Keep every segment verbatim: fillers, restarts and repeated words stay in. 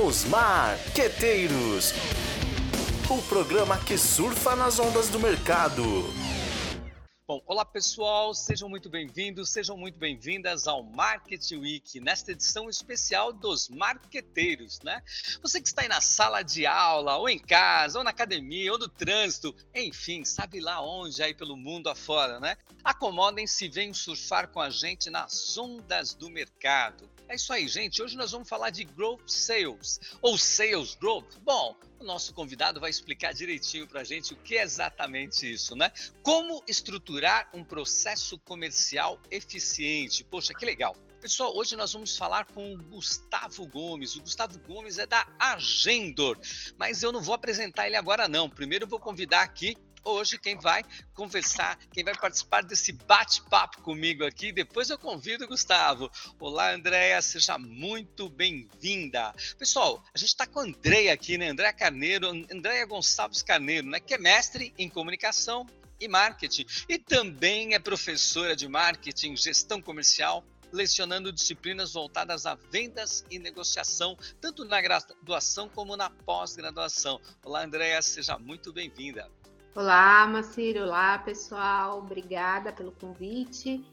Os Marqueteiros, o programa que surfa nas ondas do mercado. Bom, olá pessoal, sejam muito bem-vindos, sejam muito bem-vindas ao Market Week, nesta edição especial dos Marqueteiros, né? Você que está aí na sala de aula, ou em casa, ou na academia, ou no trânsito, enfim, sabe lá onde, aí pelo mundo afora, né? Acomodem-se e venham surfar com a gente nas ondas do mercado. É isso aí, gente, hoje nós vamos falar de Growth Sales, ou Sales Growth. Bom, o nosso convidado vai explicar direitinho para a gente o que é exatamente isso, né? Como estruturar um processo comercial eficiente. Poxa, que legal! Pessoal, hoje nós vamos falar com o Gustavo Gomes. O Gustavo Gomes é da Agendor, mas eu não vou apresentar ele agora não. Primeiro eu vou convidar aqui hoje quem vai conversar, quem vai participar desse bate-papo comigo aqui. Depois eu convido o Gustavo. Olá, Andréia, seja muito bem-vinda. Pessoal, a gente está com a Andréia aqui, né? Andréia Carneiro, Andréia Gonçalves Carneiro, né? Que é mestre em comunicação e marketing e também é professora de marketing, gestão comercial, lecionando disciplinas voltadas a vendas e negociação, tanto na graduação como na pós-graduação. Olá, Andréia, seja muito bem-vinda. Olá, Macírio. Olá, pessoal. Obrigada pelo convite.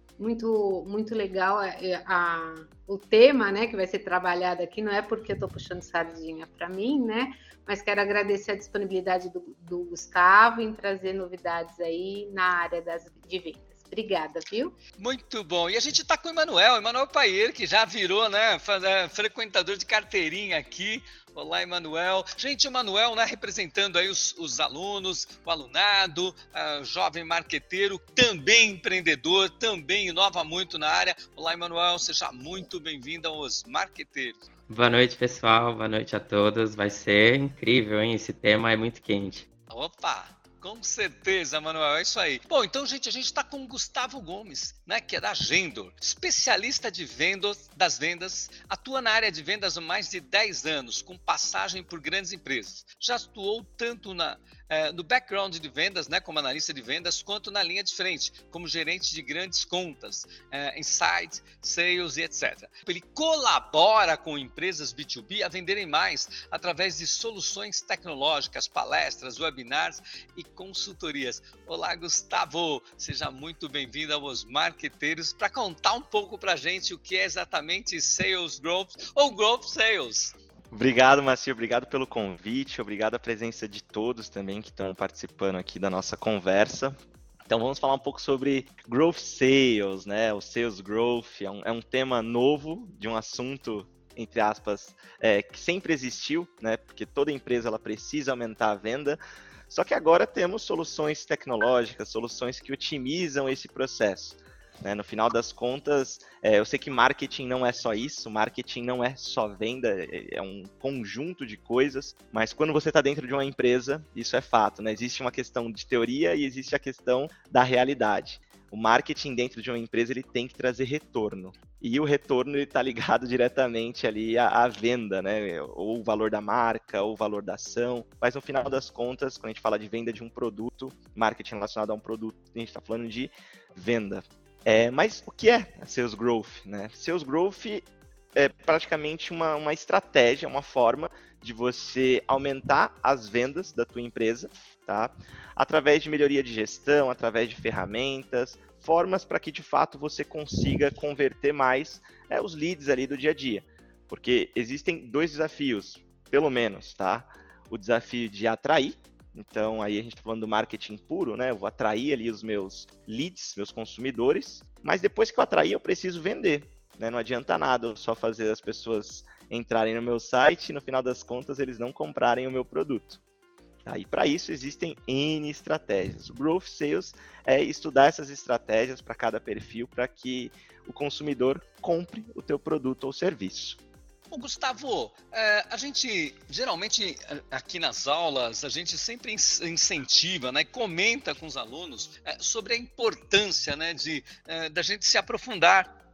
Muito, muito legal a, a, o tema, né, que vai ser trabalhado aqui. Não é porque eu estou puxando sardinha para mim, né? Mas quero agradecer a disponibilidade do, do Gustavo em trazer novidades aí na área das, de vendas. Obrigada, viu? Muito bom. E a gente está com o Emanuel, Emanuel Paier, que já virou, né, frequentador de carteirinha aqui. Olá, Emanuel. Gente, o Emanuel, né, representando aí os, os alunos, o alunado, uh, jovem marqueteiro, também empreendedor, também inova muito na área. Olá, Emanuel, seja muito bem-vindo aos Marqueteiros. Boa noite, pessoal. Boa noite a todos. Vai ser incrível, hein? Esse tema é muito quente. Opa! Com certeza, Manuel, é isso aí. Bom, então, gente, a gente está com o Gustavo Gomes, né, que é da Agendor, especialista de vendas, das vendas, atua na área de vendas há mais de dez anos, com passagem por grandes empresas. Já atuou tanto na, eh, no background de vendas, né, como analista de vendas, quanto na linha de frente, como gerente de grandes contas, eh, insight, sales e etcétera. Ele colabora com empresas B dois B a venderem mais através de soluções tecnológicas, palestras, webinars e consultorias. Olá, Gustavo, seja muito bem-vindo aos Marqueteiros para contar um pouco para a gente o que é exatamente Sales Growth ou Growth Sales. Obrigado, Macio, obrigado pelo convite, obrigado a presença de todos também que estão participando aqui da nossa conversa. Então vamos falar um pouco sobre Growth Sales, né? O Sales Growth é um, é um tema novo de um assunto, entre aspas, é, que sempre existiu, né? Porque toda empresa ela precisa aumentar a venda. Só que agora temos soluções tecnológicas, soluções que otimizam esse processo. Né? No final das contas, é, eu sei que marketing não é só isso, marketing não é só venda, é um conjunto de coisas, mas quando você está dentro de uma empresa, isso é fato, né? Existe uma questão de teoria e existe a questão da realidade. O marketing dentro de uma empresa ele tem que trazer retorno. E o retorno está ligado diretamente ali à, à venda, né? Ou o valor da marca, ou o valor da ação. Mas no final das contas, quando a gente fala de venda de um produto, marketing relacionado a um produto, a gente está falando de venda. É, mas o que é a Sales Growth, né? Sales Growth é praticamente uma, uma estratégia, uma forma de você aumentar as vendas da tua empresa, tá? Através de melhoria de gestão, através de ferramentas, formas para que de fato você consiga converter mais é, os leads ali do dia a dia. Porque existem dois desafios, pelo menos, tá? O desafio de atrair, então aí a gente está falando do marketing puro, né? Eu vou atrair ali os meus leads, meus consumidores, mas depois que eu atrair eu preciso vender, né? Não adianta nada eu só fazer as pessoas entrarem no meu site e no final das contas eles não comprarem o meu produto. Tá? E para isso existem N estratégias. O Growth Sales é estudar essas estratégias para cada perfil para que o consumidor compre o teu produto ou serviço. Bom, Gustavo, é, a gente geralmente aqui nas aulas a gente sempre incentiva, né, comenta com os alunos é, sobre a importância, né, de é, da gente se aprofundar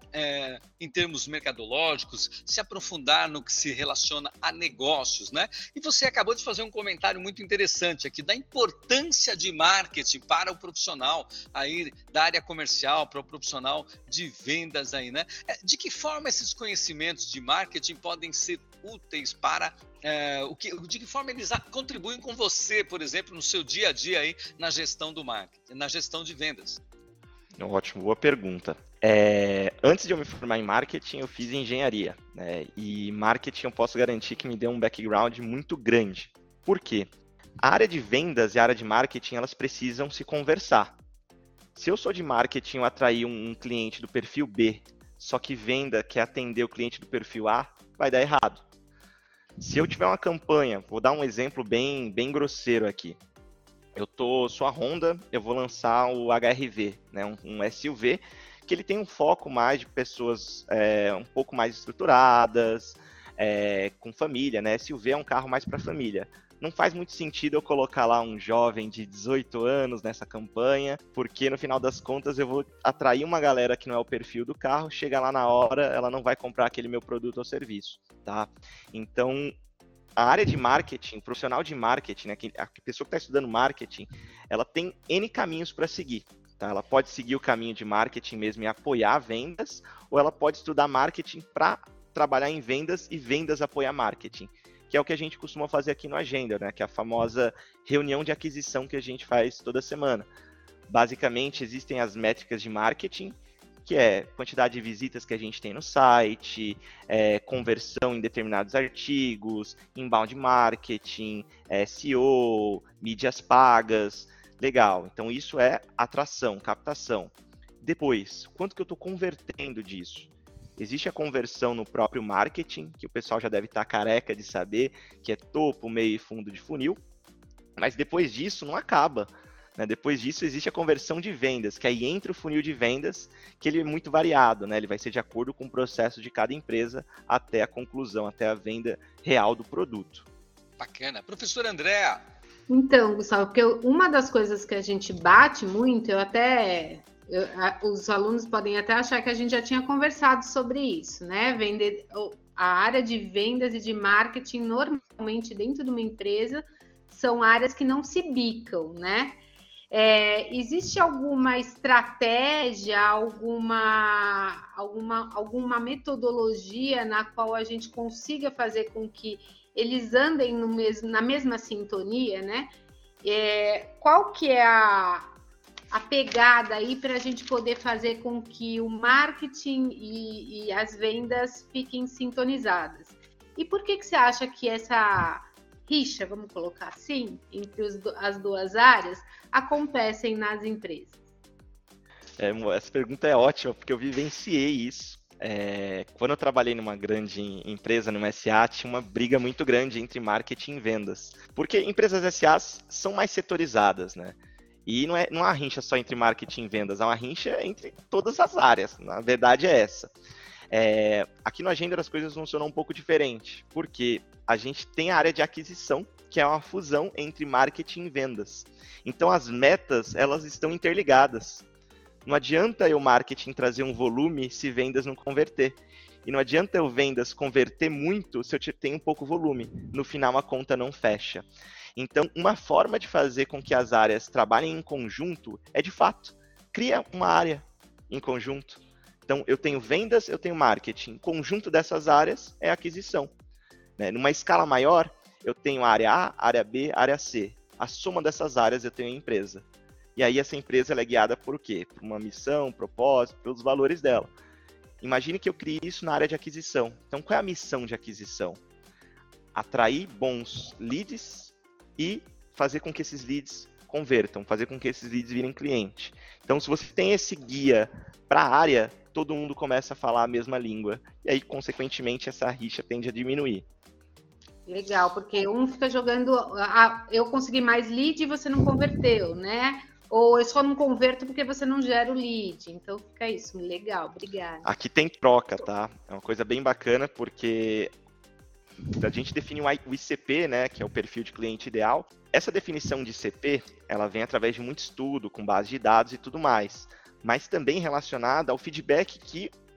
é, em termos mercadológicos, se aprofundar no que se relaciona a negócios, né? E você acabou de fazer um comentário muito interessante aqui da importância de marketing para o profissional aí da área comercial, para o profissional de vendas aí, né? De que forma esses conhecimentos de marketing podem ser úteis para é, o que, de que forma eles contribuem com você, por exemplo, no seu dia a dia aí na gestão do marketing, na gestão de vendas? Ótimo, boa pergunta. É, antes de eu me formar em marketing, eu fiz engenharia, né? E marketing eu posso garantir que me deu um background muito grande. Por quê? A área de vendas e a área de marketing, elas precisam se conversar. Se eu sou de marketing, eu atrair um, um cliente do perfil B, só que venda quer atender o cliente do perfil A, vai dar errado. Se eu tiver uma campanha, vou dar um exemplo bem, bem grosseiro aqui. Eu tô, sou a Honda, eu vou lançar o H R V, né, um, um S U V, que ele tem um foco mais de pessoas é, um pouco mais estruturadas, é, com família, né? S U V é um carro mais para família. Não faz muito sentido eu colocar lá um jovem de dezoito anos nessa campanha, porque no final das contas eu vou atrair uma galera que não é o perfil do carro, chega lá na hora, ela não vai comprar aquele meu produto ou serviço, tá? Então, a área de marketing, o profissional de marketing, né, a pessoa que está estudando marketing, ela tem N caminhos para seguir. Tá? Ela pode seguir o caminho de marketing mesmo e apoiar vendas, ou ela pode estudar marketing para trabalhar em vendas e vendas apoiar marketing, que é o que a gente costuma fazer aqui no Agenda, né, que é a famosa reunião de aquisição que a gente faz toda semana. Basicamente, existem as métricas de marketing, que é quantidade de visitas que a gente tem no site, é, conversão em determinados artigos, inbound marketing, S E O, mídias pagas, legal. Então isso é atração, captação. Depois, quanto que eu estou convertendo disso? Existe a conversão no próprio marketing, que o pessoal já deve estar careca de saber, que é topo, meio e fundo de funil, mas depois disso não acaba. Depois disso, existe a conversão de vendas, que aí entra o funil de vendas, que ele é muito variado, né? Ele vai ser de acordo com o processo de cada empresa até a conclusão, até a venda real do produto. Bacana. Professora Andréa. Então, Gustavo, porque uma das coisas que a gente bate muito, eu até... Eu, a, os alunos podem até achar que a gente já tinha conversado sobre isso, né? Vender, a área de vendas e de marketing, normalmente, dentro de uma empresa, são áreas que não se bicam, né? É, existe alguma estratégia, alguma, alguma, alguma metodologia na qual a gente consiga fazer com que eles andem no mesmo, na mesma sintonia, né? É, qual que é a, a pegada aí para a gente poder fazer com que o marketing e, e as vendas fiquem sintonizadas? E por que que você acha que essa rixa, vamos colocar assim, entre os, as duas áreas, acontecem nas empresas? É, essa pergunta é ótima, porque eu vivenciei isso. É, quando eu trabalhei numa grande empresa, numa S A, tinha uma briga muito grande entre marketing e vendas. Porque empresas S As são mais setorizadas, né? E não, é, não há rincha só entre marketing e vendas, há uma rincha entre todas as áreas. Na verdade é essa. É, aqui no Agenda as coisas funcionam um pouco diferente, porque a gente tem a área de aquisição, que é uma fusão entre marketing e vendas. Então as metas, elas estão interligadas. Não adianta eu marketing trazer um volume se vendas não converter. E não adianta eu vendas converter muito se eu tenho pouco volume. No final a conta não fecha. Então uma forma de fazer com que as áreas trabalhem em conjunto é de fato, cria uma área em conjunto. Então, eu tenho vendas, eu tenho marketing. O conjunto dessas áreas é aquisição. Né? Numa escala maior, eu tenho área A, área B, área C. A soma dessas áreas eu tenho a empresa. E aí essa empresa ela é guiada por o quê? Por uma missão, propósito, pelos valores dela. Imagine que eu crie isso na área de aquisição. Então, qual é a missão de aquisição? Atrair bons leads e fazer com que esses leads convertam, fazer com que esses leads virem cliente. Então, se você tem esse guia para a área, todo mundo começa a falar a mesma língua. E aí, consequentemente, essa rixa tende a diminuir. Legal, porque um fica jogando... Ah, eu consegui mais lead e você não converteu, né? Ou eu só não converto porque você não gera o lead. Então, fica isso. Legal, obrigada. Aqui tem troca, tá? É uma coisa bem bacana, porque a gente define o I C P, né, que é o perfil de cliente ideal. Essa definição de I C P, ela vem através de muito estudo, com base de dados e tudo mais. Mas também relacionada ao feedback que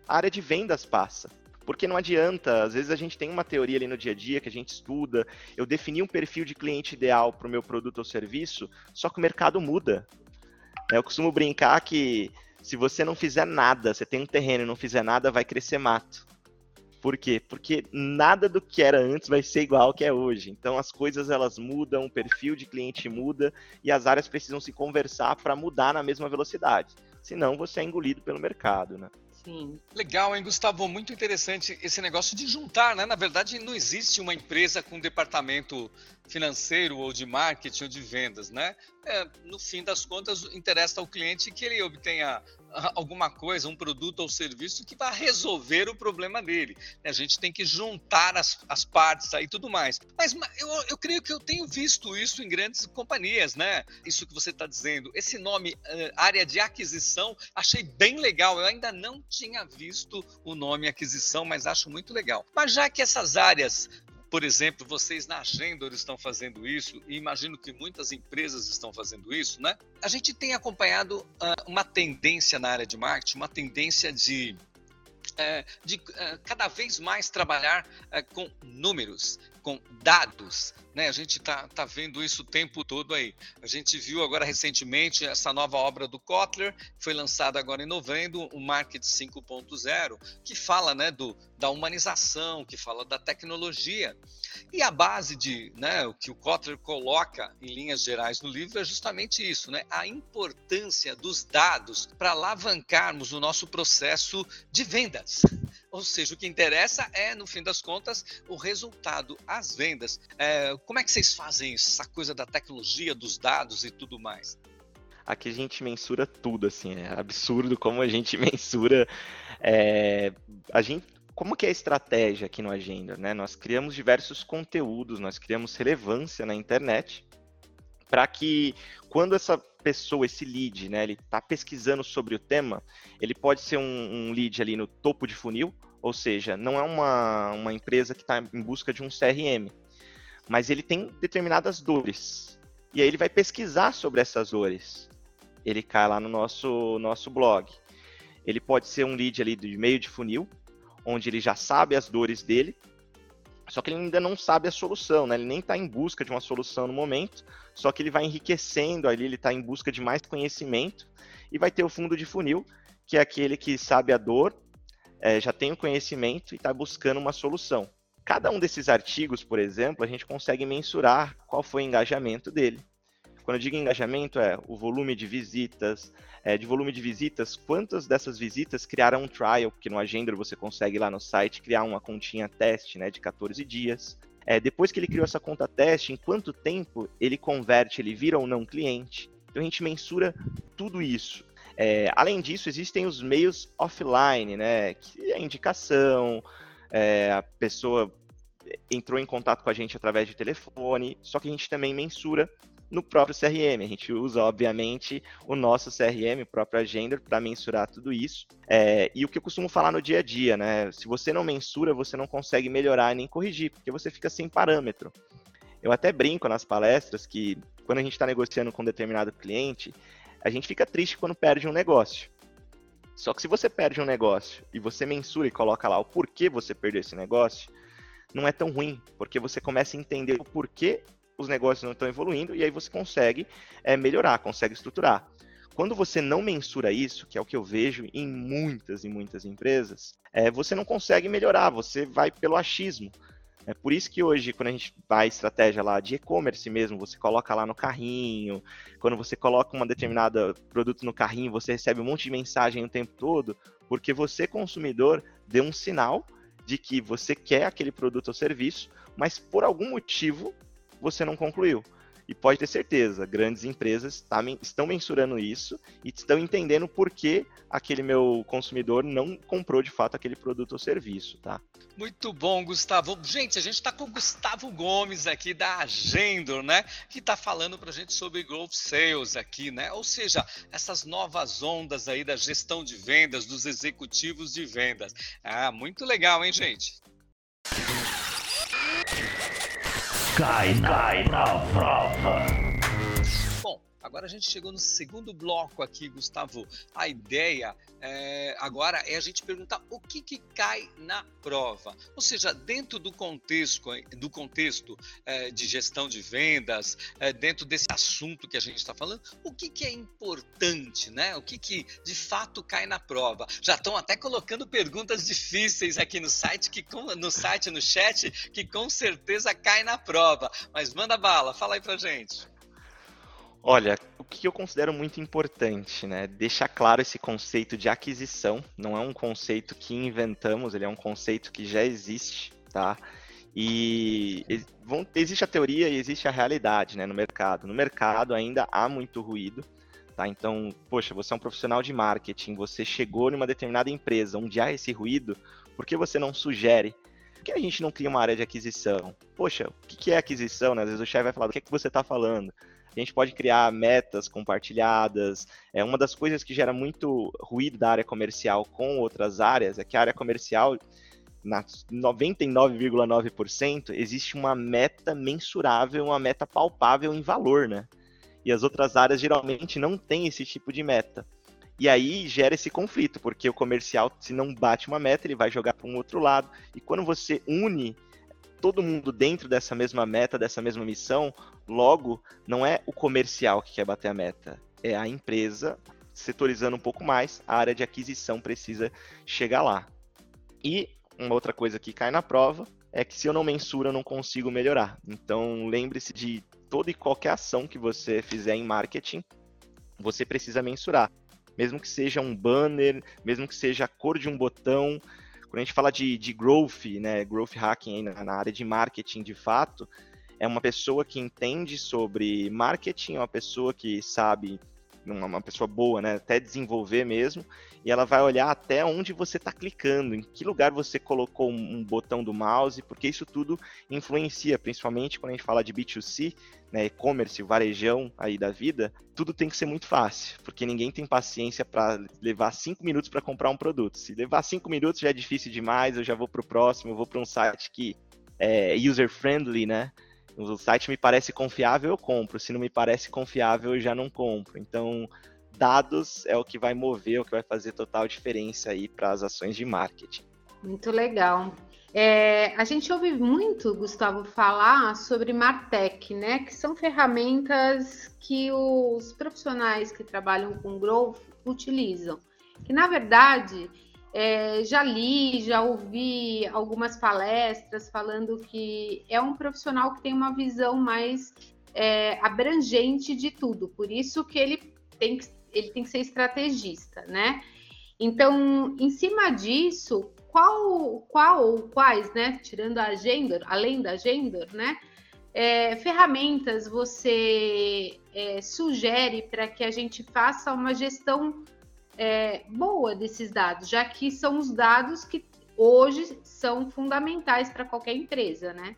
a área de vendas passa. Porque não adianta, às vezes a gente tem uma teoria ali no dia a dia que a gente estuda, eu defini um perfil de cliente ideal para o meu produto ou serviço, só que o mercado muda. Eu costumo brincar que se você não fizer nada, você tem um terreno e não fizer nada, vai crescer mato. Por quê? Porque nada do que era antes vai ser igual ao que é hoje. Então as coisas elas mudam, o perfil de cliente muda e as áreas precisam se conversar para mudar na mesma velocidade. Senão você é engolido pelo mercado, né? Sim. Legal, hein, Gustavo? Muito interessante esse negócio de juntar, né? Na verdade, não existe uma empresa com departamento financeiro ou de marketing ou de vendas, né? É, no fim das contas, interessa ao cliente que ele obtenha alguma coisa, um produto ou serviço que vai resolver o problema dele. A gente tem que juntar as, as partes aí e tudo mais. Mas eu, eu creio que eu tenho visto isso em grandes companhias, né? Isso que você está dizendo. Esse nome, uh, área de aquisição, achei bem legal. Eu ainda não tinha visto o nome aquisição, mas acho muito legal. Mas já que essas áreas... Por exemplo, vocês na Agendor estão fazendo isso, e imagino que muitas empresas estão fazendo isso, né? A gente tem acompanhado uh, uma tendência na área de marketing, uma tendência de, uh, de uh, cada vez mais trabalhar uh, com números, com dados, né? A gente está tá vendo isso o tempo todo aí. A gente viu agora recentemente essa nova obra do Kotler, que foi lançada agora em novembro, o Market cinco ponto zero, que fala, né, do, da humanização, que fala da tecnologia. E a base de, né, o que o Kotler coloca em linhas gerais no livro é justamente isso, né? A importância dos dados para alavancarmos o nosso processo de vendas. Ou seja, o que interessa é, no fim das contas, o resultado, as vendas. É, como é que vocês fazem isso? Essa coisa da tecnologia, dos dados e tudo mais? Aqui a gente mensura tudo, assim, é absurdo como a gente mensura. É, a gente, como que é a estratégia aqui no Agendor, né? Nós criamos diversos conteúdos, nós criamos relevância na internet para que quando essa pessoa, esse lead, né, ele está pesquisando sobre o tema, ele pode ser um, um lead ali no topo de funil, ou seja, não é uma, uma empresa que está em busca de um C R M, mas ele tem determinadas dores, e aí ele vai pesquisar sobre essas dores. Ele cai lá no nosso, nosso blog. Ele pode ser um lead ali de meio de funil, onde ele já sabe as dores dele, só que ele ainda não sabe a solução, né? Ele nem está em busca de uma solução no momento, só que ele vai enriquecendo ali, ele está em busca de mais conhecimento, e vai ter o fundo de funil, que é aquele que sabe a dor, é, já tem o conhecimento e está buscando uma solução. Cada um desses artigos, por exemplo, a gente consegue mensurar qual foi o engajamento dele. Quando eu digo engajamento, é o volume de visitas, é, de volume de visitas, quantas dessas visitas criaram um trial, porque no Agendor você consegue lá no site criar uma continha teste, né, de quatorze dias. É, depois que ele criou essa conta teste, em quanto tempo ele converte, ele vira ou não cliente. Então a gente mensura tudo isso. É, além disso, existem os meios offline, né, que é a indicação, é, a pessoa entrou em contato com a gente através de telefone, só que a gente também mensura no próprio C R M. A gente usa, obviamente, o nosso C R M, o próprio Agendor, para mensurar tudo isso. É, e o que eu costumo falar no dia a dia, né? Se você não mensura, você não consegue melhorar nem corrigir, porque você fica sem parâmetro. Eu até brinco nas palestras que, quando a gente está negociando com um determinado cliente, a gente fica triste quando perde um negócio. Só que se você perde um negócio e você mensura e coloca lá o porquê você perdeu esse negócio, não é tão ruim, porque você começa a entender o porquê os negócios não estão evoluindo, e aí você consegue é, melhorar, consegue estruturar. Quando você não mensura isso, que é o que eu vejo em muitas e muitas empresas, é, você não consegue melhorar, você vai pelo achismo. É por isso que hoje, quando a gente vai estratégia lá de e-commerce mesmo, você coloca lá no carrinho, quando você coloca um determinado produto no carrinho, você recebe um monte de mensagem o tempo todo, porque você, consumidor, deu um sinal de que você quer aquele produto ou serviço, mas por algum motivo você não concluiu. E pode ter certeza, grandes empresas tá, estão mensurando isso e estão entendendo por que aquele meu consumidor não comprou de fato aquele produto ou serviço, tá? Muito bom, Gustavo. Gente, a gente está com o Gustavo Gomes aqui da Agendor, né? Que está falando para a gente sobre Growth Sales aqui, né? Ou seja, essas novas ondas aí da gestão de vendas, dos executivos de vendas. Ah, muito legal, hein, gente? Cai na, cai na prova. Bom, Agora a gente chegou no segundo bloco aqui, Gustavo. A ideia é, agora é a gente perguntar o que, que cai na prova. Ou seja, dentro do contexto, do contexto é, de gestão de vendas, é, dentro desse assunto que a gente está falando, o que, que é importante, né? O que, que de fato cai na prova? Já estão até colocando perguntas difíceis aqui no site, que com, no site, no chat, que com certeza cai na prova. Mas manda bala, fala aí pra gente. Olha, o que eu considero muito importante, né? Deixar claro esse conceito de aquisição. Não é um conceito que inventamos, ele é um conceito que já existe, tá? E vão, existe a teoria e existe a realidade, né, no mercado. No mercado ainda há muito ruído, tá? Então, poxa, você é um profissional de marketing, você chegou numa determinada empresa onde há esse ruído, por que você não sugere? Por que a gente não cria uma área de aquisição? Poxa, o que é aquisição, né? Às vezes o chefe vai falar, do que é que você está falando? A gente pode criar metas compartilhadas. É uma das coisas que gera muito ruído da área comercial com outras áreas, é que a área comercial, na noventa e nove vírgula nove por cento, existe uma meta mensurável, uma meta palpável em valor, né? E as outras áreas geralmente não têm esse tipo de meta. E aí gera esse conflito, porque o comercial, se não bate uma meta, ele vai jogar para um outro lado. E quando você une todo mundo dentro dessa mesma meta, dessa mesma missão, logo, não é o comercial que quer bater a meta, é a empresa setorizando um pouco mais, a área de aquisição precisa chegar lá. E uma outra coisa que cai na prova é que se eu não mensuro, eu não consigo melhorar. Então, lembre-se de toda e qualquer ação que você fizer em marketing, você precisa mensurar. Mesmo que seja um banner, mesmo que seja a cor de um botão. Quando a gente fala de, de growth, né, growth hacking aí na, na área de marketing, de fato, é uma pessoa que entende sobre marketing, é uma pessoa que sabe, uma, uma pessoa boa, né, até desenvolver mesmo, e ela vai olhar até onde você está clicando, em que lugar você colocou um, um botão do mouse, porque isso tudo influencia, principalmente quando a gente fala de B dois C, né, e-commerce, varejão aí da vida, tudo tem que ser muito fácil, porque ninguém tem paciência para levar cinco minutos para comprar um produto. Se levar cinco minutos já é difícil demais, eu já vou para o próximo, eu vou para um site que é user-friendly, né? O site me parece confiável, eu compro. Se não me parece confiável, eu já não compro. Então, dados é o que vai mover, é o que vai fazer total diferença aí para as ações de marketing. Muito legal. É, a gente ouve muito, Gustavo, falar sobre Martech, né? Que são ferramentas que os profissionais que trabalham com growth utilizam. Que, na verdade, é, já li, já ouvi algumas palestras falando que é um profissional que tem uma visão mais é, abrangente de tudo. Por isso que ele tem que, ele tem que ser estrategista, né? Então, em cima disso, qual, qual ou quais, né? Tirando a agenda, além da agenda, né? É, ferramentas você é, sugere para que a gente faça uma gestão é, boa desses dados, já que são os dados que hoje são fundamentais para qualquer empresa, né?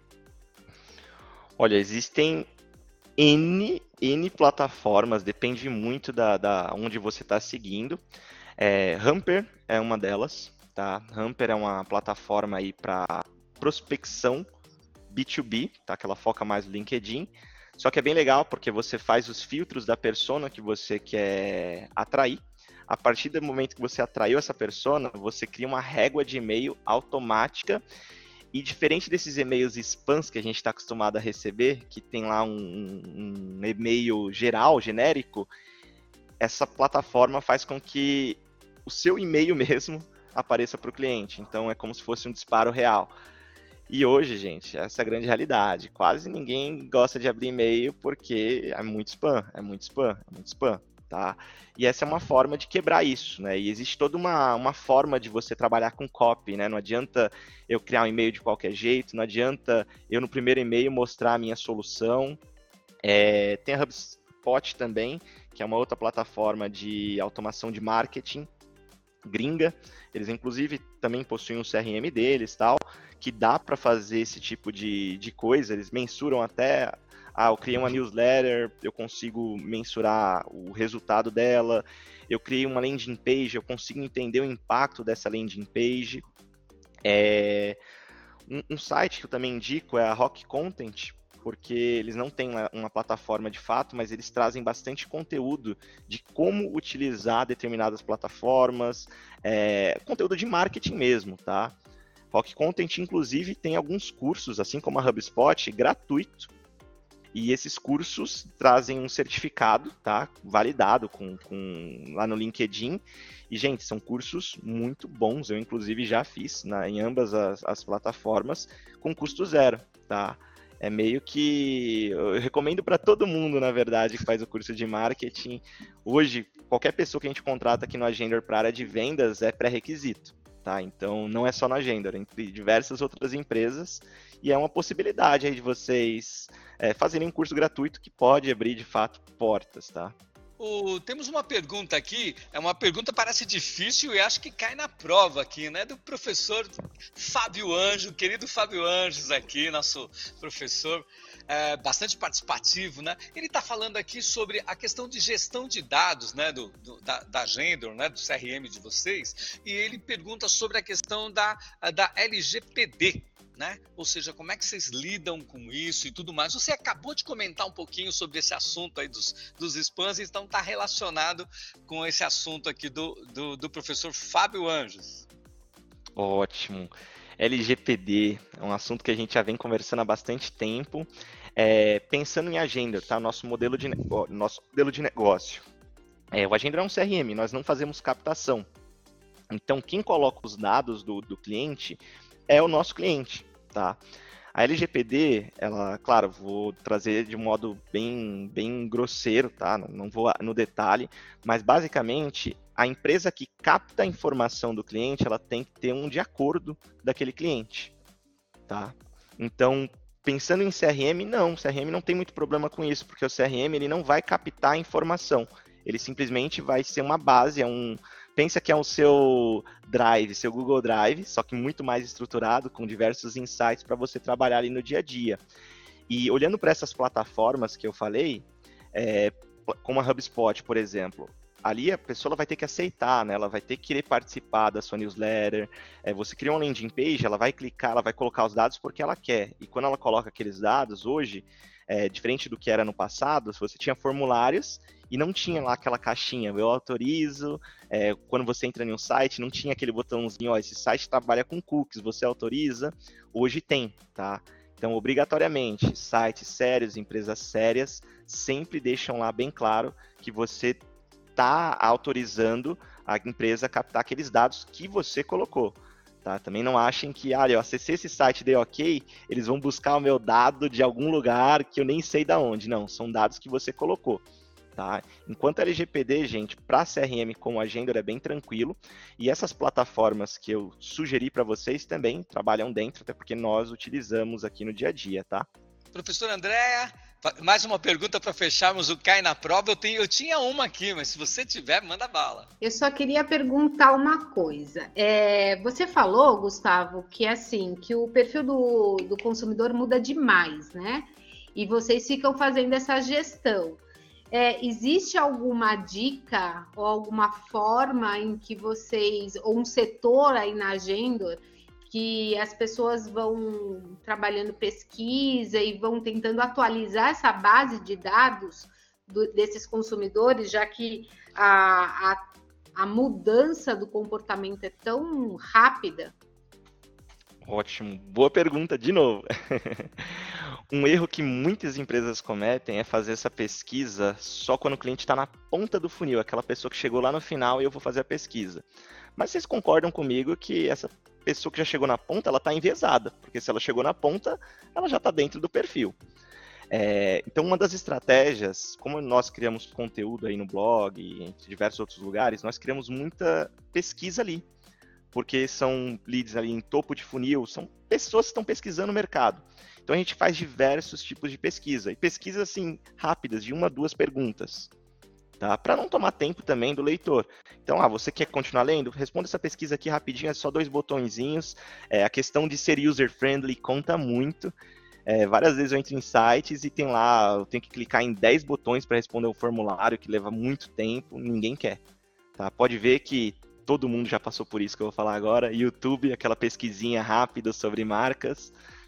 Olha, existem N, N plataformas, depende muito da, da onde você está seguindo. É, Hamper é uma delas, tá? Hamper é uma plataforma aí para prospecção B dois B, tá? Que ela foca mais no LinkedIn. Só que é bem legal porque você faz os filtros da persona que você quer atrair. A partir do momento que você atraiu essa persona, você cria uma régua de e-mail automática. E diferente desses e-mails spams que a gente está acostumado a receber, que tem lá um, um, um e-mail geral, genérico, essa plataforma faz com que o seu e-mail mesmo apareça para o cliente. Então é como se fosse um disparo real. E hoje, gente, essa é a grande realidade. Quase ninguém gosta de abrir e-mail porque é muito spam, é muito spam, é muito spam, tá? E essa é uma forma de quebrar isso, né? E existe toda uma, uma forma de você trabalhar com copy, né? Não adianta eu criar um e-mail de qualquer jeito, não adianta eu no primeiro e-mail mostrar a minha solução. É, tem a HubSpot também, que é uma outra plataforma de automação de marketing gringa. Eles, inclusive, também possuem um C R M deles, tal, que dá para fazer esse tipo de, de coisa. Eles mensuram até, ah, eu criei uma newsletter, eu consigo mensurar o resultado dela. Eu criei uma landing page, eu consigo entender o impacto dessa landing page. É, um, um site que eu também indico é a Rock Content. porque eles não têm uma, uma plataforma de fato, mas eles trazem bastante conteúdo de como utilizar determinadas plataformas, é, conteúdo de marketing mesmo, tá? Rock Content, inclusive, tem alguns cursos, assim como a HubSpot, gratuito. E esses cursos trazem um certificado, tá? Validado com, com, lá no LinkedIn. E, gente, são cursos muito bons. Eu, inclusive, já fiz na, em ambas as, as plataformas com custo zero, tá? É meio que... Eu recomendo para todo mundo, na verdade, que faz o curso de marketing. Hoje, qualquer pessoa que a gente contrata aqui no Agender para a área de vendas é pré-requisito. Tá? Então, não é só na Agender, entre diversas outras empresas, e é uma possibilidade aí de vocês é, fazerem um curso gratuito que pode abrir, de fato, portas, tá? O, temos uma pergunta aqui, é uma pergunta que parece difícil e acho que cai na prova aqui, né? Do professor Fábio Anjo, querido Fábio Anjos aqui, nosso professor, é, bastante participativo, né? Ele está falando aqui sobre a questão de gestão de dados, né? Do, do, da, da Agender, né? Do C R M de vocês, e ele pergunta sobre a questão da, da L G P D. Né? Ou seja, como é que vocês lidam com isso e tudo mais. Você acabou de comentar um pouquinho sobre esse assunto aí dos, dos spams, então está relacionado com esse assunto aqui do, do, do professor Fábio Anjos. Ótimo. L G P D é um assunto que a gente já vem conversando há bastante tempo. É, pensando em Agender, tá? Nosso modelo de, nosso modelo de negócio. É, o Agender é um C R M, nós não fazemos captação. Então, quem coloca os dados do, do cliente é o nosso cliente, tá? A L G P D, ela, claro, vou trazer de um modo bem, bem grosseiro, tá? Não vou no detalhe, mas basicamente a empresa que capta a informação do cliente, ela tem que ter um de acordo daquele cliente, tá? Então, pensando em C R M, não, o C R M não tem muito problema com isso, porque o C R M ele não vai captar a informação, ele simplesmente vai ser uma base, é um... Pensa que é o seu Drive, seu Google Drive, só que muito mais estruturado, com diversos insights para você trabalhar ali no dia a dia. E olhando para essas plataformas que eu falei, é, como a HubSpot, por exemplo, ali a pessoa vai ter que aceitar, né? Ela vai ter que querer participar da sua newsletter. É, você cria uma landing page, ela vai clicar, ela vai colocar os dados porque ela quer. E quando ela coloca aqueles dados, hoje, é, diferente do que era no passado, você tinha formulários e não tinha lá aquela caixinha, eu autorizo, é, quando você entra em um site, não tinha aquele botãozinho, ó, esse site trabalha com cookies, você autoriza, hoje tem, tá? Então, obrigatoriamente, sites sérios, empresas sérias, sempre deixam lá bem claro que você está autorizando a empresa a captar aqueles dados que você colocou. Tá? Também não achem que, ah, eu acessei esse site e dei ok, eles vão buscar o meu dado de algum lugar que eu nem sei de onde. Não, são dados que você colocou. Tá? Enquanto L G P D, gente, para C R M como Agender é bem tranquilo, e essas plataformas que eu sugeri para vocês também trabalham dentro, até porque nós utilizamos aqui no dia a dia, tá? Professora Andréa, mais uma pergunta para fecharmos o Cai na Prova. Eu, tenho, eu tinha uma aqui, mas se você tiver, manda bala. Eu só queria perguntar uma coisa. É, você falou, Gustavo, que assim, que o perfil do, do consumidor muda demais, né? E vocês ficam fazendo essa gestão. É, existe alguma dica ou alguma forma em que vocês, ou um setor aí na Agender, que as pessoas vão trabalhando pesquisa e vão tentando atualizar essa base de dados do, desses consumidores, já que a, a, a mudança do comportamento é tão rápida? Ótimo, boa pergunta de novo. Um erro que muitas empresas cometem é fazer essa pesquisa só quando o cliente está na ponta do funil, aquela pessoa que chegou lá no final e eu vou fazer a pesquisa. Mas vocês concordam comigo que essa pessoa que já chegou na ponta, ela está enviesada, porque se ela chegou na ponta, ela já está dentro do perfil. É, então, uma das estratégias, como nós criamos conteúdo aí no blog e em diversos outros lugares, nós criamos muita pesquisa ali, porque são leads ali em topo de funil, são pessoas que estão pesquisando o mercado. Então, a gente faz diversos tipos de pesquisa, e pesquisas, assim, rápidas, de uma a duas perguntas, tá? Para não tomar tempo também do leitor. Então, ah, você quer continuar lendo? Responda essa pesquisa aqui rapidinho, é só dois botõezinhos. É, a questão de ser user-friendly conta muito. É, várias vezes eu entro em sites e tem lá, eu tenho que clicar em dez botões para responder o formulário, que leva muito tempo, ninguém quer. Tá? Pode ver que todo mundo já passou por isso que eu vou falar agora. YouTube, aquela pesquisinha rápida sobre marcas.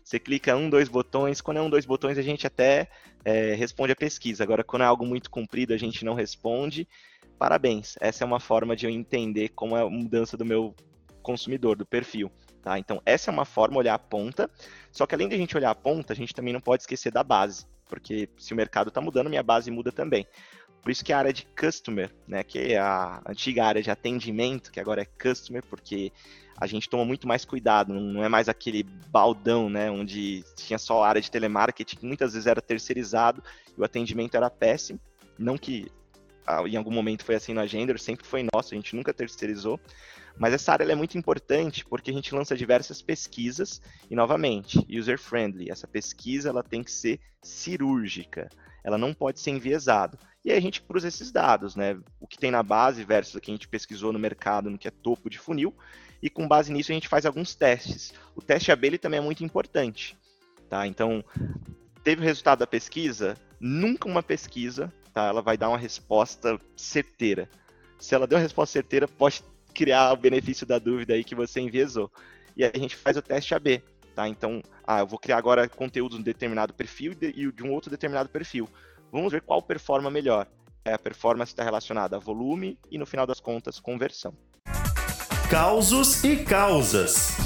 Você clica um, dois botões, quando é um, dois botões a gente até é, responde a pesquisa. Agora, quando é algo muito comprido, a gente não responde. Parabéns, essa é uma forma de eu entender como é a mudança do meu consumidor, do perfil. Tá? Então, essa é uma forma, olhar a ponta. Só que além de a gente olhar a ponta, a gente também não pode esquecer da base. Porque se o mercado está mudando, minha base muda também. Por isso que a área de Customer, né, que é a antiga área de atendimento, que agora é Customer, porque a gente toma muito mais cuidado, não é mais aquele baldão, né, onde tinha só a área de telemarketing, que muitas vezes era terceirizado e o atendimento era péssimo. Não que ah, em algum momento foi assim na Gender, sempre foi nosso, a gente nunca terceirizou. Mas essa área ela é muito importante porque a gente lança diversas pesquisas e, novamente, user-friendly. Essa pesquisa ela tem que ser cirúrgica, ela não pode ser enviesada. E aí a gente cruza esses dados, né? O que tem na base versus o que a gente pesquisou no mercado, no que é topo de funil, e com base nisso a gente faz alguns testes. O teste A B ele também é muito importante, tá? Então, teve o resultado da pesquisa? Nunca uma pesquisa, tá? Ela vai dar uma resposta certeira. Se ela deu uma resposta certeira, pode criar o benefício da dúvida aí que você enviesou. E aí a gente faz o teste A B, tá? Então, ah, eu vou criar agora conteúdo de um determinado perfil e de um outro determinado perfil. Vamos ver qual performa melhor. É, a performance está relacionada a volume e, no final das contas, conversão. Causos e causas.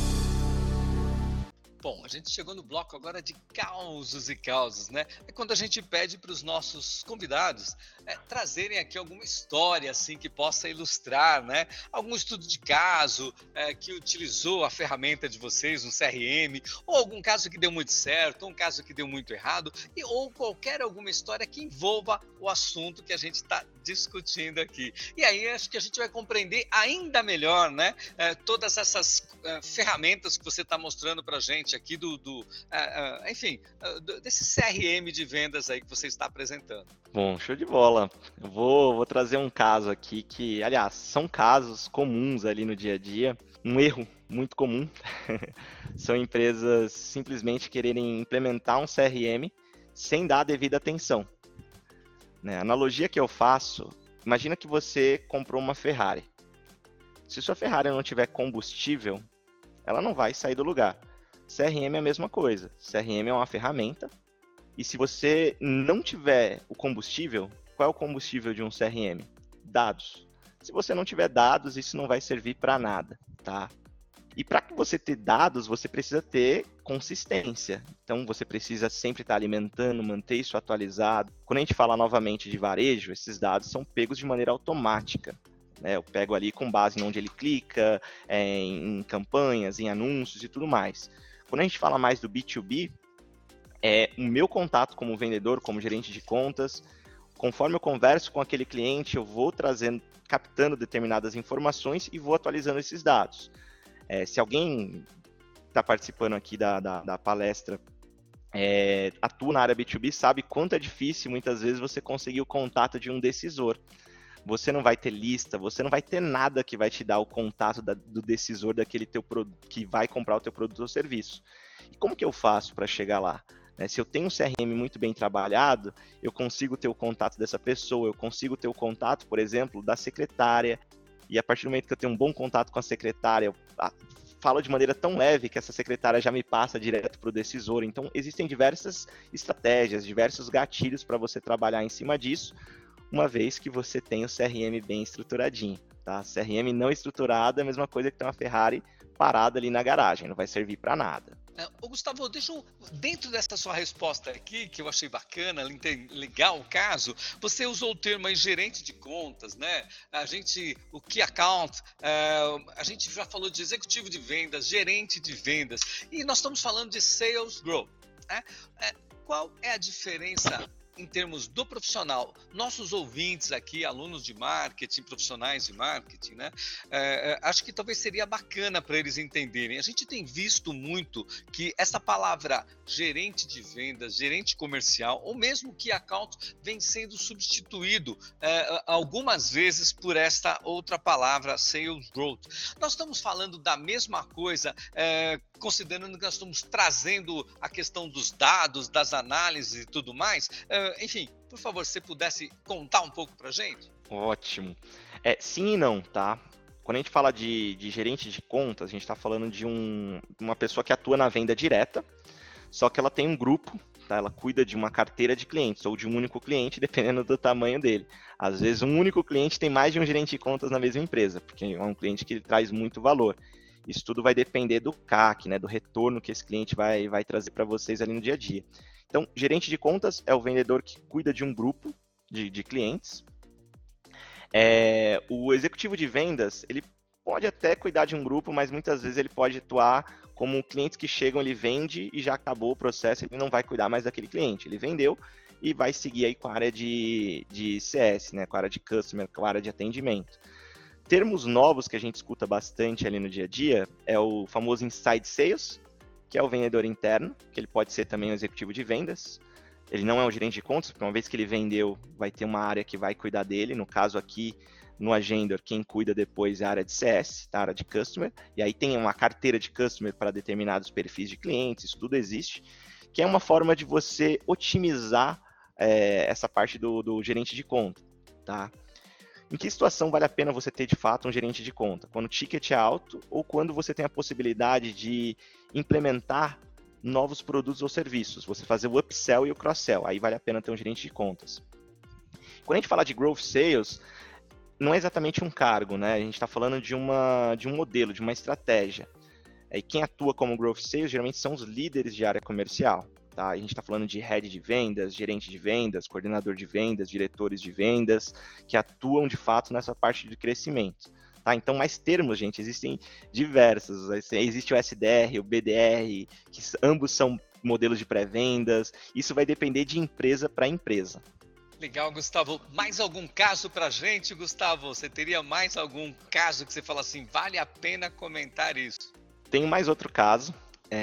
Bom, a gente chegou no bloco agora de causos e causas, né? É quando a gente pede para os nossos convidados é, trazerem aqui alguma história assim que possa ilustrar, né? Algum estudo de caso é, que utilizou a ferramenta de vocês, um C R M, ou algum caso que deu muito certo, ou um caso que deu muito errado, e, ou qualquer alguma história que envolva o assunto que a gente está discutindo aqui. E aí acho que a gente vai compreender ainda melhor, né? É, todas essas é, ferramentas que você está mostrando para a gente aqui do, do uh, uh, enfim, uh, do, desse C R M de vendas aí que você está apresentando. Bom, show de bola. Eu vou, vou trazer um caso aqui que, aliás, são casos comuns ali no dia a dia. Um erro muito comum são empresas simplesmente quererem implementar um C R M sem dar a devida atenção. Né? A analogia que eu faço, imagina que você comprou uma Ferrari. Se sua Ferrari não tiver combustível, ela não vai sair do lugar. C R M é a mesma coisa. C R M é uma ferramenta. E se você não tiver o combustível, qual é o combustível de um C R M? Dados. Se você não tiver dados, isso não vai servir para nada, tá? E para que você ter dados, você precisa ter consistência. Então, você precisa sempre estar alimentando, manter isso atualizado. Quando a gente fala novamente de varejo, esses dados são pegos de maneira automática. Né? Eu pego ali com base em onde ele clica, é, em campanhas, em anúncios e tudo mais. Quando a gente fala mais do B dois B, é o meu contato como vendedor, como gerente de contas. Conforme eu converso com aquele cliente, eu vou trazendo, captando determinadas informações e vou atualizando esses dados. É, se alguém está participando aqui da, da, da palestra, é, atua na área B dois B, sabe quanto é difícil muitas vezes você conseguir o contato de um decisor. Você não vai ter lista, você não vai ter nada que vai te dar o contato da, do decisor daquele teu produto, que vai comprar o teu produto ou serviço. E como que eu faço para chegar lá? Né, se eu tenho um C R M muito bem trabalhado, eu consigo ter o contato dessa pessoa, eu consigo ter o contato, por exemplo, da secretária, e a partir do momento que eu tenho um bom contato com a secretária, eu falo de maneira tão leve que essa secretária já me passa direto para o decisor. Então, existem diversas estratégias, diversos gatilhos para você trabalhar em cima disso, uma vez que você tem o C R M bem estruturadinho, tá? C R M não estruturado é a mesma coisa que ter uma Ferrari parada ali na garagem, não vai servir para nada. É, ô Gustavo, deixa eu, dentro dessa sua resposta aqui, que eu achei bacana, legal o caso, você usou o termo aí, gerente de contas, né? A gente, o Key Account, uh, a gente já falou de executivo de vendas, gerente de vendas, e nós estamos falando de Sales Growth, né? É, qual é a diferença em termos do profissional? Nossos ouvintes aqui, alunos de marketing, profissionais de marketing, né? É, acho que talvez seria bacana para eles entenderem. A gente tem visto muito que essa palavra gerente de vendas, gerente comercial, ou mesmo Key Account, vem sendo substituído é, algumas vezes por esta outra palavra, Sales Growth. Nós estamos falando da mesma coisa, é, considerando que nós estamos trazendo a questão dos dados, das análises e tudo mais. É, enfim, por favor, se você pudesse contar um pouco pra gente? Ótimo. É, sim e não, tá? Quando a gente fala de, de gerente de contas, a gente está falando de um, uma pessoa que atua na venda direta, só que ela tem um grupo, tá? Ela cuida de uma carteira de clientes ou de um único cliente, dependendo do tamanho dele. Às vezes, um único cliente tem mais de um gerente de contas na mesma empresa, porque é um cliente que traz muito valor. Isso tudo vai depender do C A C, né, do retorno que esse cliente vai, vai trazer para vocês ali no dia a dia. Então, gerente de contas é o vendedor que cuida de um grupo de, de clientes. É, o executivo de vendas, ele pode até cuidar de um grupo, mas muitas vezes ele pode atuar como clientes que chegam, ele vende e já acabou o processo, ele não vai cuidar mais daquele cliente. Ele vendeu e vai seguir aí com a área de, de C S, né, com a área de Customer, com a área de atendimento. Termos novos que a gente escuta bastante ali no dia a dia é o famoso Inside Sales, que é o vendedor interno, que ele pode ser também um executivo de vendas. Ele não é um gerente de contas, porque uma vez que ele vendeu, vai ter uma área que vai cuidar dele. No caso aqui, no Agendor, quem cuida depois é a área de C S, tá? A área de Customer. E aí tem uma carteira de Customer para determinados perfis de clientes, isso tudo existe, que é uma forma de você otimizar é, essa parte do, do gerente de conta, tá? Em que situação vale a pena você ter, de fato, um gerente de conta? Quando o ticket é alto ou quando você tem a possibilidade de implementar novos produtos ou serviços, você fazer o upsell e o cross-sell, aí vale a pena ter um gerente de contas. Quando a gente fala de Growth Sales, não é exatamente um cargo, né? A gente está falando de, uma, de um modelo, de uma estratégia. E quem atua como Growth Sales geralmente são os líderes de área comercial. Tá? A gente está falando de head de vendas, gerente de vendas, coordenador de vendas, diretores de vendas, que atuam de fato nessa parte de crescimento. Tá? Então, mais termos, gente, existem diversos. Existe o S D R, o B D R, que ambos são modelos de pré-vendas. Isso vai depender de empresa para empresa. Legal, Gustavo. Mais algum caso para a gente, Gustavo? Você teria mais algum caso que você fala assim, vale a pena comentar isso? Tenho mais outro caso,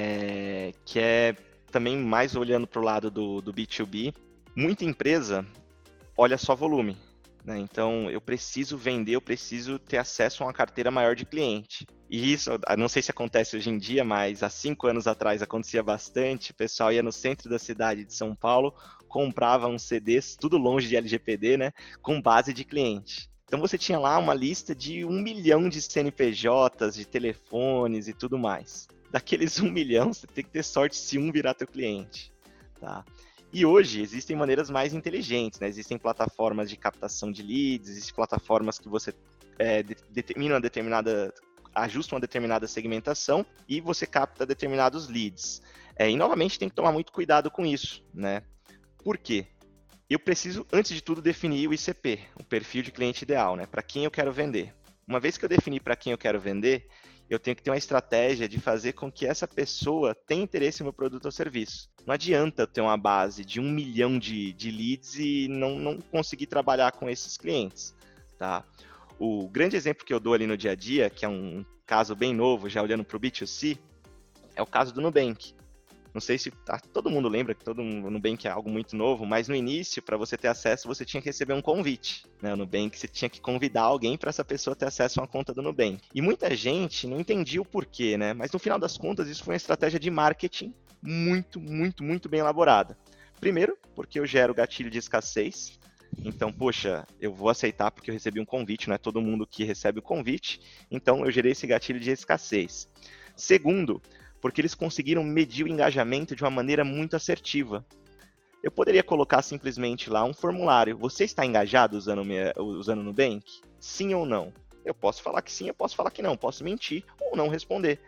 é, que é também mais olhando para o lado do, do B dois B. Muita empresa olha só volume, né? Então, eu preciso vender, eu preciso ter acesso a uma carteira maior de cliente. E isso, não sei se acontece hoje em dia, mas há cinco anos atrás acontecia bastante. O pessoal ia no centro da cidade de São Paulo, comprava uns C Ds, tudo longe de L G P D, né? Com base de cliente. Então, você tinha lá uma lista de um milhão de C N P Js, de telefones e tudo mais. Daqueles um milhão, você tem que ter sorte se um virar teu cliente, tá? E hoje existem maneiras mais inteligentes, né? Existem plataformas de captação de leads, existem plataformas que você é, de, determina uma determinada, ajusta uma determinada segmentação e você capta determinados leads. É, e novamente tem que tomar muito cuidado com isso, né? Por quê? Eu preciso, antes de tudo, definir o I C P, o perfil de cliente ideal, né? Para quem eu quero vender. Uma vez que eu defini para quem eu quero vender, eu tenho que ter uma estratégia de fazer com que essa pessoa tenha interesse no meu produto ou serviço. Não adianta eu ter uma base de um milhão de, de leads e não, não conseguir trabalhar com esses clientes, tá? O grande exemplo que eu dou ali no dia a dia, que é um caso bem novo, já olhando para o B dois C, é o caso do Nubank. Não sei se tá, todo mundo lembra que todo mundo, o Nubank é algo muito novo, mas no início, para você ter acesso, você tinha que receber um convite, né? O Nubank, você tinha que convidar alguém para essa pessoa ter acesso a uma conta do Nubank. E muita gente não entendia o porquê, né? Mas no final das contas, isso foi uma estratégia de marketing muito, muito, muito bem elaborada. Primeiro, porque eu gero gatilho de escassez. Então, poxa, eu vou aceitar porque eu recebi um convite, não é todo mundo que recebe o convite. Então, eu gerei esse gatilho de escassez. Segundo, porque eles conseguiram medir o engajamento de uma maneira muito assertiva. Eu poderia colocar simplesmente lá um formulário. Você está engajado usando, minha, usando o Nubank? Sim ou não? Eu posso falar que sim, eu posso falar que não. Posso mentir ou não responder.